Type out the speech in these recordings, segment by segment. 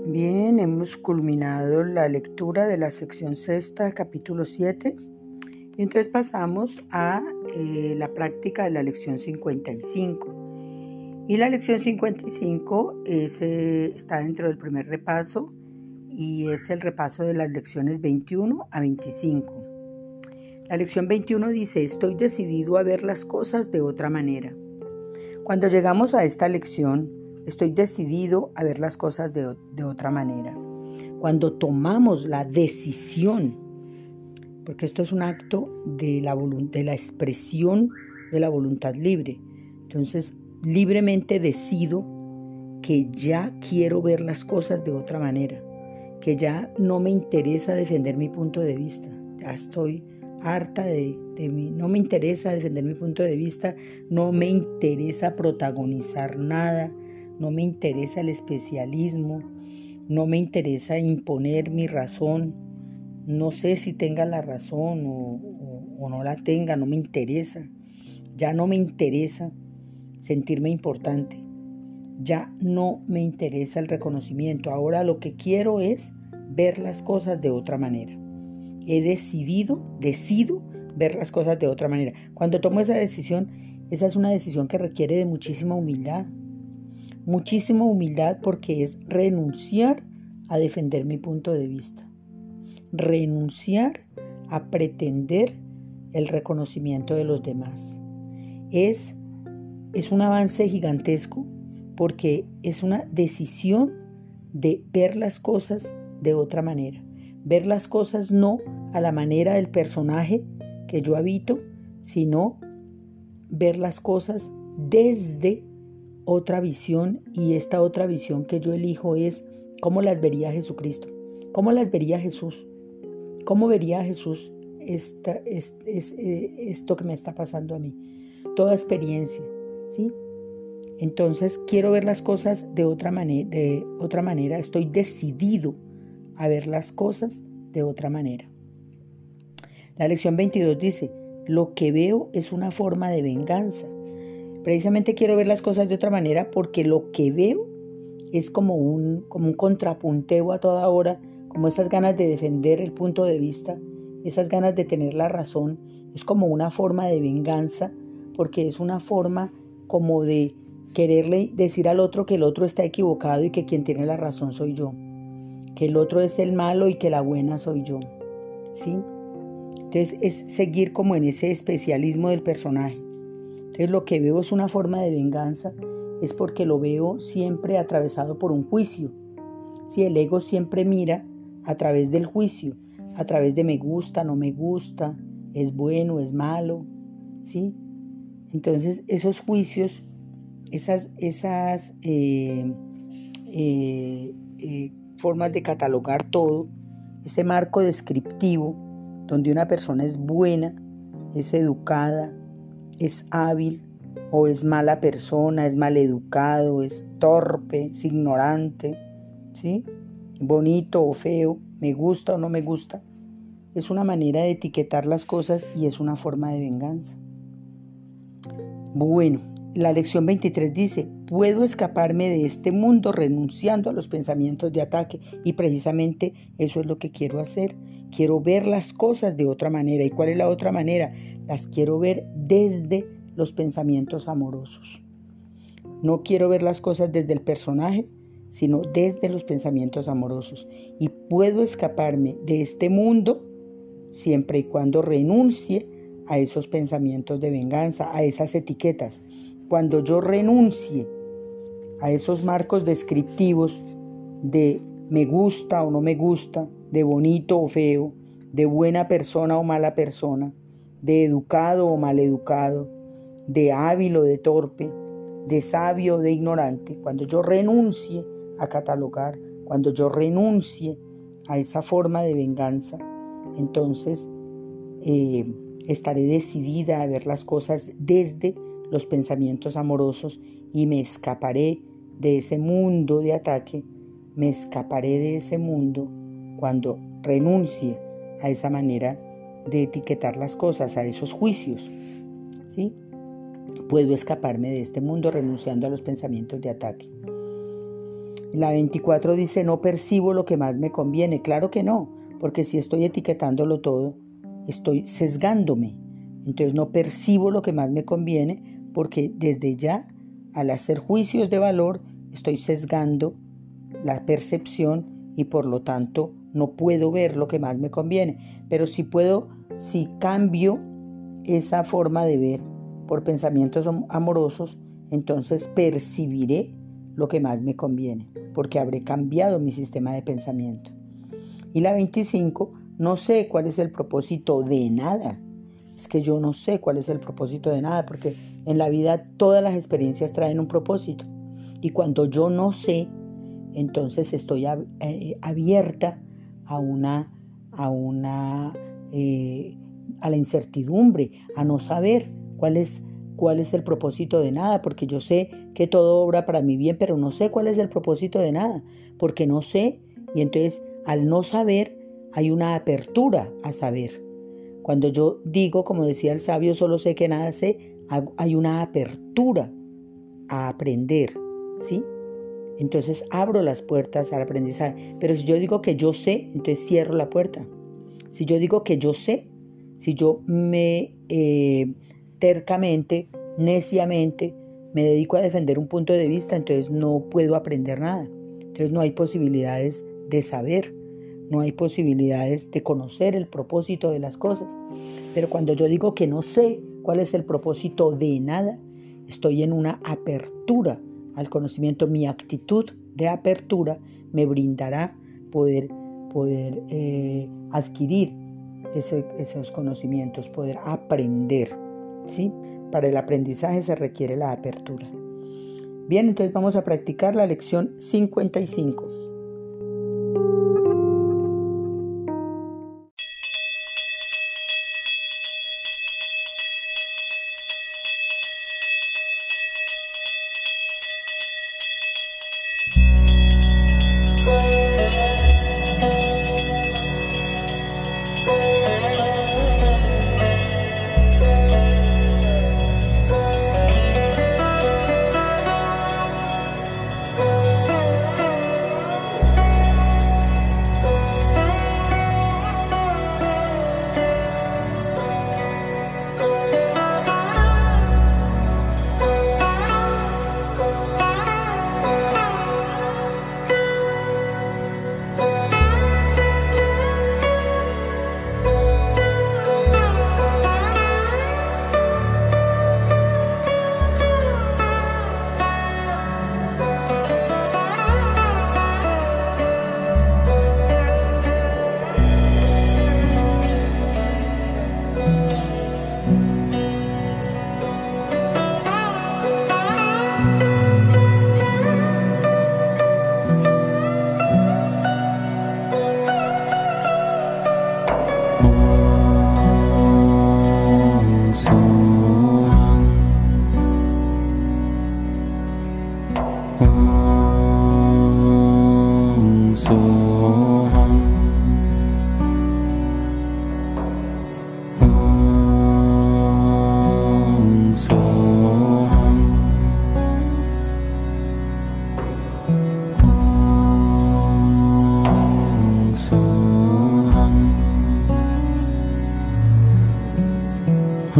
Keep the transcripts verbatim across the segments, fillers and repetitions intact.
Bien, hemos culminado la lectura de la sección sexta, capítulo siete. Y entonces pasamos a eh, la práctica de la lección cincuenta y cinco. Y la lección cincuenta y cinco es, eh, está dentro del primer repaso y es el repaso de las lecciones veintiuno a veinticinco. La lección veintiuno dice: estoy decidido a ver las cosas de otra manera. Cuando llegamos a esta lección, estoy decidido a ver las cosas de, de otra manera. Cuando tomamos la decisión, porque esto es un acto de la, de la expresión de la voluntad libre, entonces libremente decido que ya quiero ver las cosas de otra manera, que ya no me interesa defender mi punto de vista, ya estoy harta de, de mí, no me interesa defender mi punto de vista, no me interesa protagonizar nada, no me interesa el especialismo, no me interesa imponer mi razón, no sé si tenga la razón o, o, o no la tenga, no me interesa, ya no me interesa sentirme importante, ya no me interesa el reconocimiento, ahora lo que quiero es ver las cosas de otra manera. He decidido, decido ver las cosas de otra manera. Cuando tomo esa decisión, esa es una decisión que requiere de muchísima humildad. Muchísima humildad porque es renunciar a defender mi punto de vista. Renunciar a pretender el reconocimiento de los demás. Es, es un avance gigantesco porque es una decisión de ver las cosas de otra manera. Ver las cosas no a la manera del personaje que yo habito, sino ver las cosas desde otra visión, y esta otra visión que yo elijo es cómo las vería Jesucristo, cómo las vería Jesús, cómo vería Jesús esta, es, es, esto que me está pasando a mí, toda experiencia, ¿sí? Entonces quiero ver las cosas de otra manera, de otra manera, estoy decidido a ver las cosas de otra manera. La lección veintidós dice: lo que veo es una forma de venganza. Precisamente quiero ver las cosas de otra manera porque lo que veo es como un, como un contrapunteo a toda hora, como esas ganas de defender el punto de vista, esas ganas de tener la razón, es como una forma de venganza, porque es una forma como de quererle decir al otro que el otro está equivocado y que quien tiene la razón soy yo, que el otro es el malo y que la buena soy yo, ¿sí? Entonces es seguir como en ese especialismo del personaje. Entonces lo que veo es una forma de venganza, es porque lo veo siempre atravesado por un juicio. ¿Sí? El ego siempre mira a través del juicio, a través de me gusta, no me gusta, es bueno, es malo, ¿sí? Entonces esos juicios, esas, esas eh, eh, eh, formas de catalogar todo, ese marco descriptivo donde una persona es buena, es educada, es hábil o es mala persona, es maleducado, es torpe, es ignorante, ¿sí? Bonito o feo, me gusta o no me gusta, es una manera de etiquetar las cosas y es una forma de venganza. Bueno, la lección veintitrés dice: puedo escaparme de este mundo renunciando a los pensamientos de ataque, y precisamente eso es lo que quiero hacer. Quiero ver las cosas de otra manera. ¿Y cuál es la otra manera? Las quiero ver desde los pensamientos amorosos. No quiero ver las cosas desde el personaje, sino desde los pensamientos amorosos. Y puedo escaparme de este mundo siempre y cuando renuncie a esos pensamientos de venganza, a esas etiquetas. Cuando yo renuncie a esos marcos descriptivos de me gusta o no me gusta, de bonito o feo, de buena persona o mala persona, de educado o maleducado, de hábil o de torpe, de sabio o de ignorante, cuando yo renuncie a catalogar, cuando yo renuncie a esa forma de venganza, entonces eh, estaré decidida a ver las cosas desde los pensamientos amorosos y me escaparé de ese mundo de ataque, me escaparé de ese mundo cuando renuncie a esa manera de etiquetar las cosas, a esos juicios, ¿sí? Puedo escaparme de este mundo renunciando a los pensamientos de ataque. La veinticuatro dice, no percibo lo que más me conviene. Claro que no, porque si estoy etiquetándolo todo, estoy sesgándome. Entonces no percibo lo que más me conviene, porque desde ya, al hacer juicios de valor, estoy sesgando la percepción y por lo tanto no puedo ver lo que más me conviene. Pero si puedo, si cambio esa forma de ver por pensamientos amorosos, entonces percibiré lo que más me conviene, porque habré cambiado mi sistema de pensamiento. Y la veinticinco, no sé cuál es el propósito de nada. Es que yo no sé cuál es el propósito de nada, porque en la vida todas las experiencias traen un propósito. Y cuando yo no sé, entonces estoy abierta a una, a una, eh, a la incertidumbre, a no saber cuál es, cuál es el propósito de nada, porque yo sé que todo obra para mi bien, pero no sé cuál es el propósito de nada, porque no sé, y entonces al no saber hay una apertura a saber. Cuando yo digo, como decía el sabio, solo sé que nada sé, hay una apertura a aprender, ¿sí? Entonces abro las puertas al aprendizaje. Pero si yo digo que yo sé, entonces cierro la puerta. Si yo digo que yo sé, si yo me eh, tercamente, neciamente, me dedico a defender un punto de vista, entonces no puedo aprender nada. Entonces no hay posibilidades de saber. No hay posibilidades de conocer el propósito de las cosas. Pero cuando yo digo que no sé cuál es el propósito de nada, estoy en una apertura al conocimiento. Mi actitud de apertura me brindará poder, poder eh, adquirir ese, esos conocimientos, poder aprender, ¿sí? Para el aprendizaje se requiere la apertura. Bien, entonces vamos a practicar la lección cincuenta y cinco.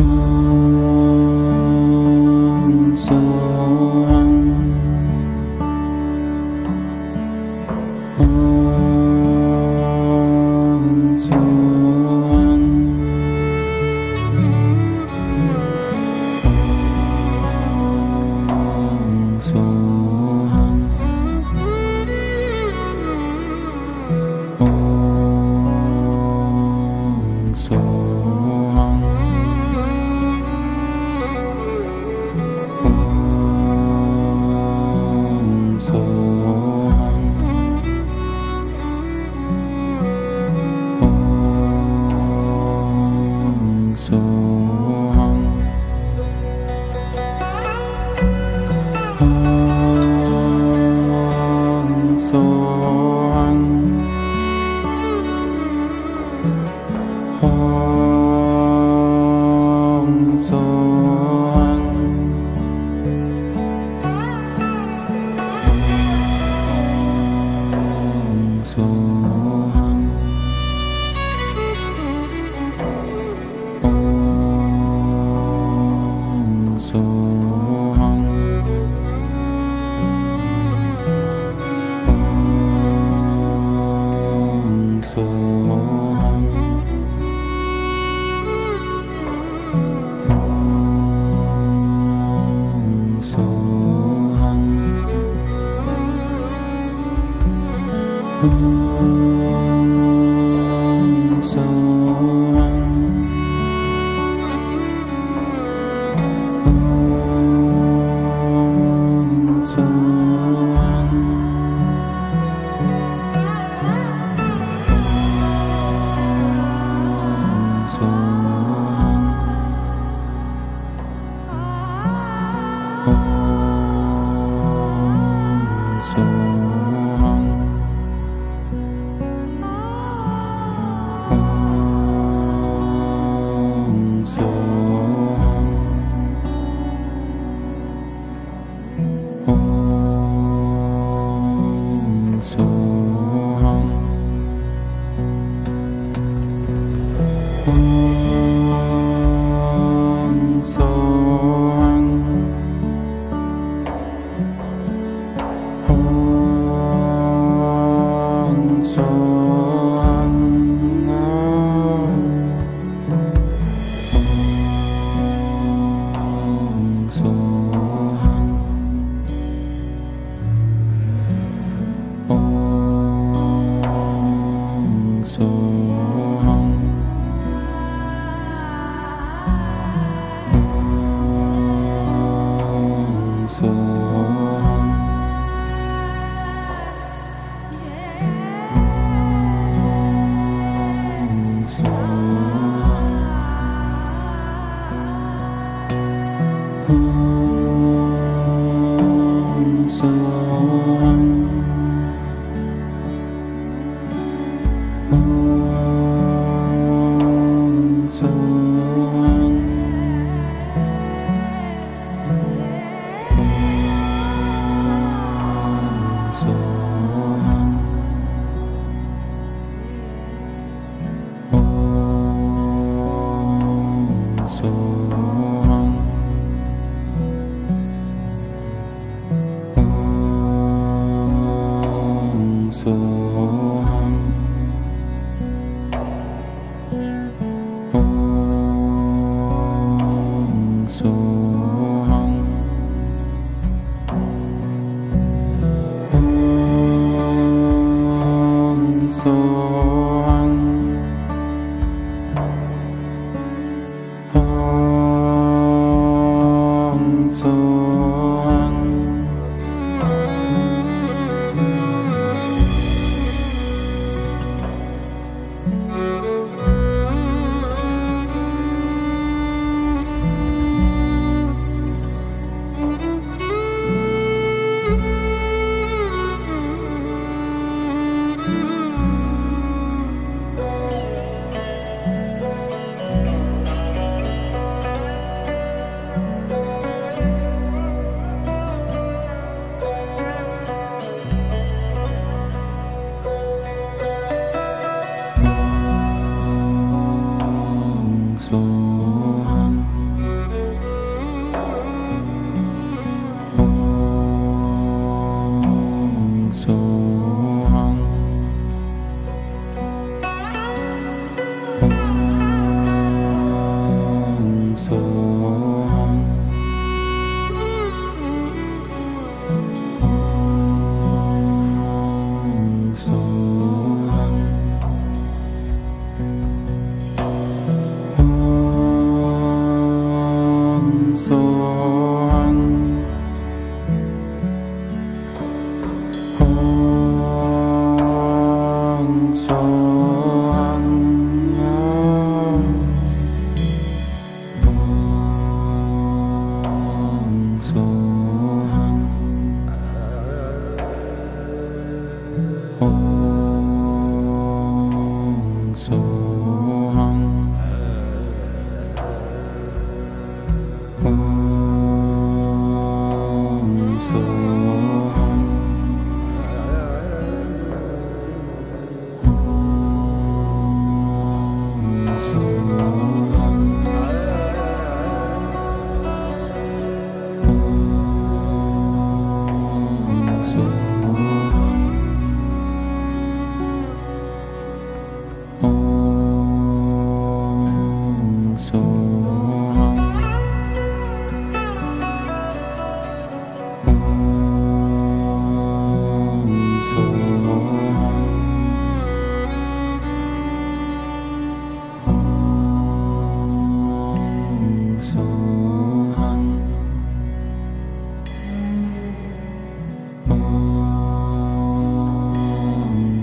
Om Soham.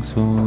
corazón.